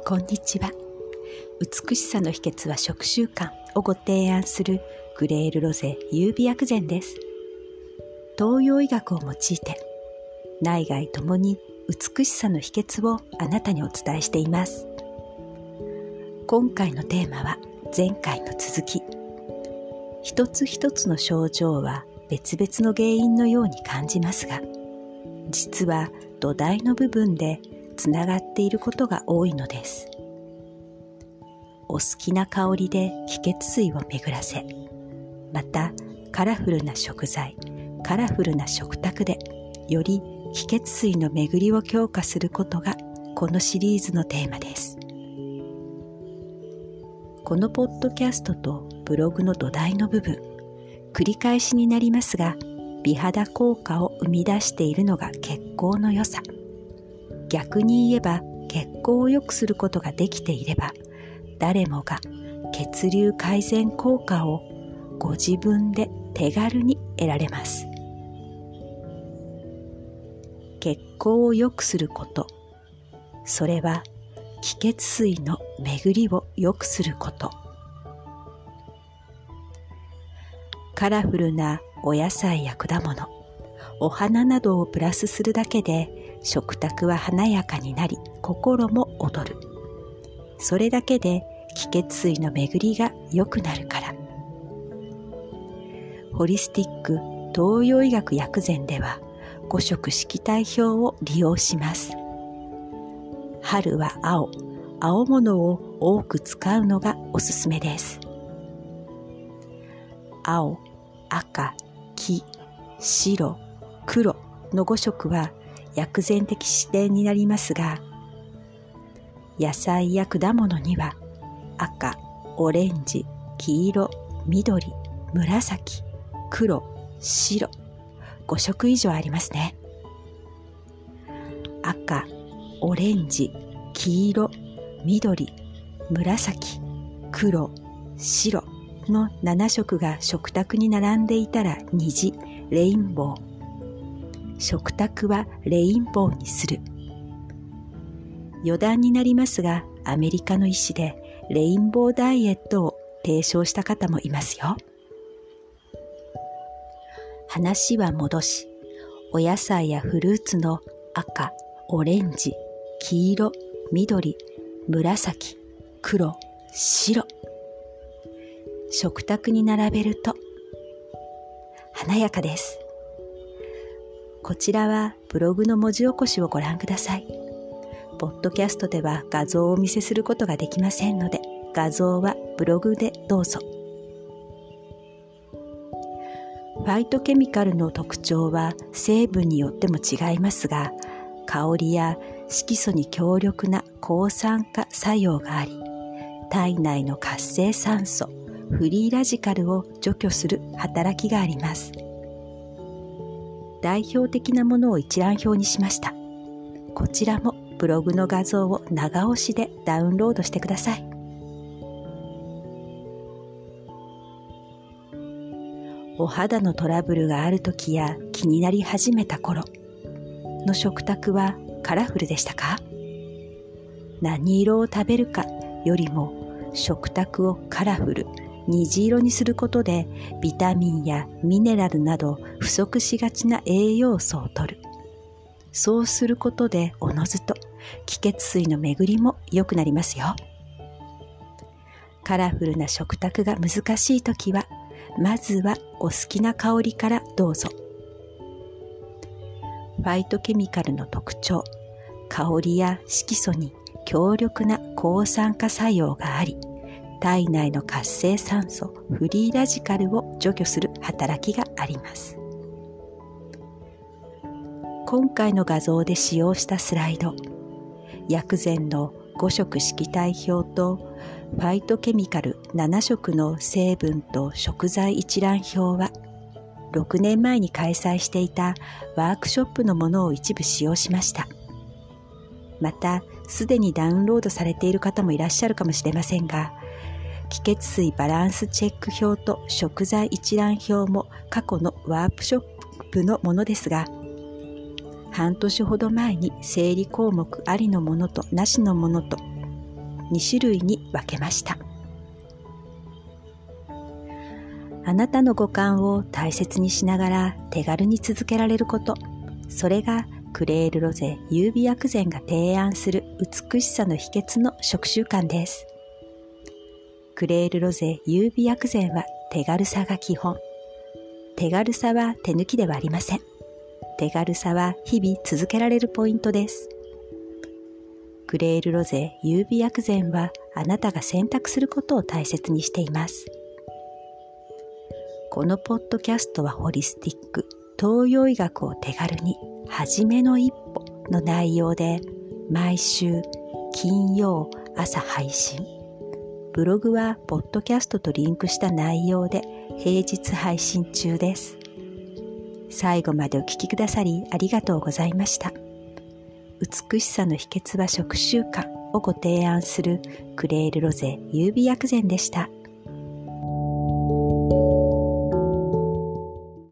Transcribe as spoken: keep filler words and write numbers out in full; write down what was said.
こんにちは。美しさの秘訣は食習慣をご提案するグレールロゼ優美薬膳です。東洋医学を用いて内外ともに美しさの秘訣をあなたにお伝えしています。今回のテーマは前回の続き。一つ一つの症状は別々の原因のように感じますが、実は土台の部分でつながっていることが多いのです。お好きな香りで気血水を巡らせ、またカラフルな食材、カラフルな食卓でより気血水の巡りを強化することがこのシリーズのテーマです。このポッドキャストとブログの土台の部分、繰り返しになりますが、美肌効果を生み出しているのが血行の良さ。逆に言えば血行を良くすることができていれば、誰もが血流改善効果をご自分で手軽に得られます。血行を良くすること、それは気血水の巡りを良くすること。カラフルなお野菜や果物、お花などをプラスするだけで食卓は華やかになり、心も躍る。それだけで気血水の巡りが良くなるから。ホリスティック東洋医学薬膳ではご色色体表を利用します。春は青、青物を多く使うのがおすすめです。青、赤、黄、白、黒のご色は薬膳的視点になりますが、野菜や果物には赤、オレンジ、黄色、緑、紫、黒、白、ご色以上ありますね。赤、オレンジ、黄色、緑、紫、黒、白のなな色が食卓に並んでいたら虹、レインボー。食卓はレインボーにする。余談になりますが、アメリカの医師でレインボーダイエットを提唱した方もいますよ。話は戻し、お野菜やフルーツの赤、オレンジ、黄色、緑、紫、黒、白。食卓に並べると華やかです。こちらはブログの文字起こしをご覧ください。ポッドキャストでは画像をお見せすることができませんので、画像はブログでどうぞ。ファイトケミカルの特徴は成分によっても違いますが、香りや色素に強力な抗酸化作用があり、体内の活性酸素、フリーラジカルを除去する働きがあります。代表的なものを一覧表にしました。こちらもブログの画像を長押しでダウンロードしてください。お肌のトラブルがある時や気になり始めた頃の食卓はカラフルでしたか？何色を食べるかよりも食卓をカラフル、虹色にすることでビタミンやミネラルなど不足しがちな栄養素を摂る。そうすることでおのずと気血水の巡りも良くなりますよ。カラフルな食卓が難しいときは、まずはお好きな香りからどうぞ。ファイトケミカルの特徴、香りや色素に強力な抗酸化作用があり、体内の活性酸素、フリーラジカルを除去する働きがあります。今回の画像で使用したスライド、薬膳のご色色体表とファイトケミカルなな色の成分と食材一覧表は、ろくねんまえに開催していたワークショップのものを一部使用しました。また、すでにダウンロードされている方もいらっしゃるかもしれませんが、気血水バランスチェック表と食材一覧表も過去のワークショップのものですが、半年ほど前に整理項目ありのものとなしのものとに種類に分けました。あなたの五感を大切にしながら手軽に続けられること、それがクレールロゼ優美薬膳が提案する美しさの秘訣の食習慣です。クレールロゼ優美薬膳は手軽さが基本。手軽さは手抜きではありません。手軽さは日々続けられるポイントです。クレールロゼ優美薬膳はあなたが選択することを大切にしています。このポッドキャストはホリスティック、東洋医学を手軽に、はじめの一歩の内容で毎週金曜朝配信。ブログはポッドキャストとリンクした内容で平日配信中です。最後までお聞きくださりありがとうございました。美しさの秘訣は食習慣をご提案するクレールロゼ優美薬膳でした。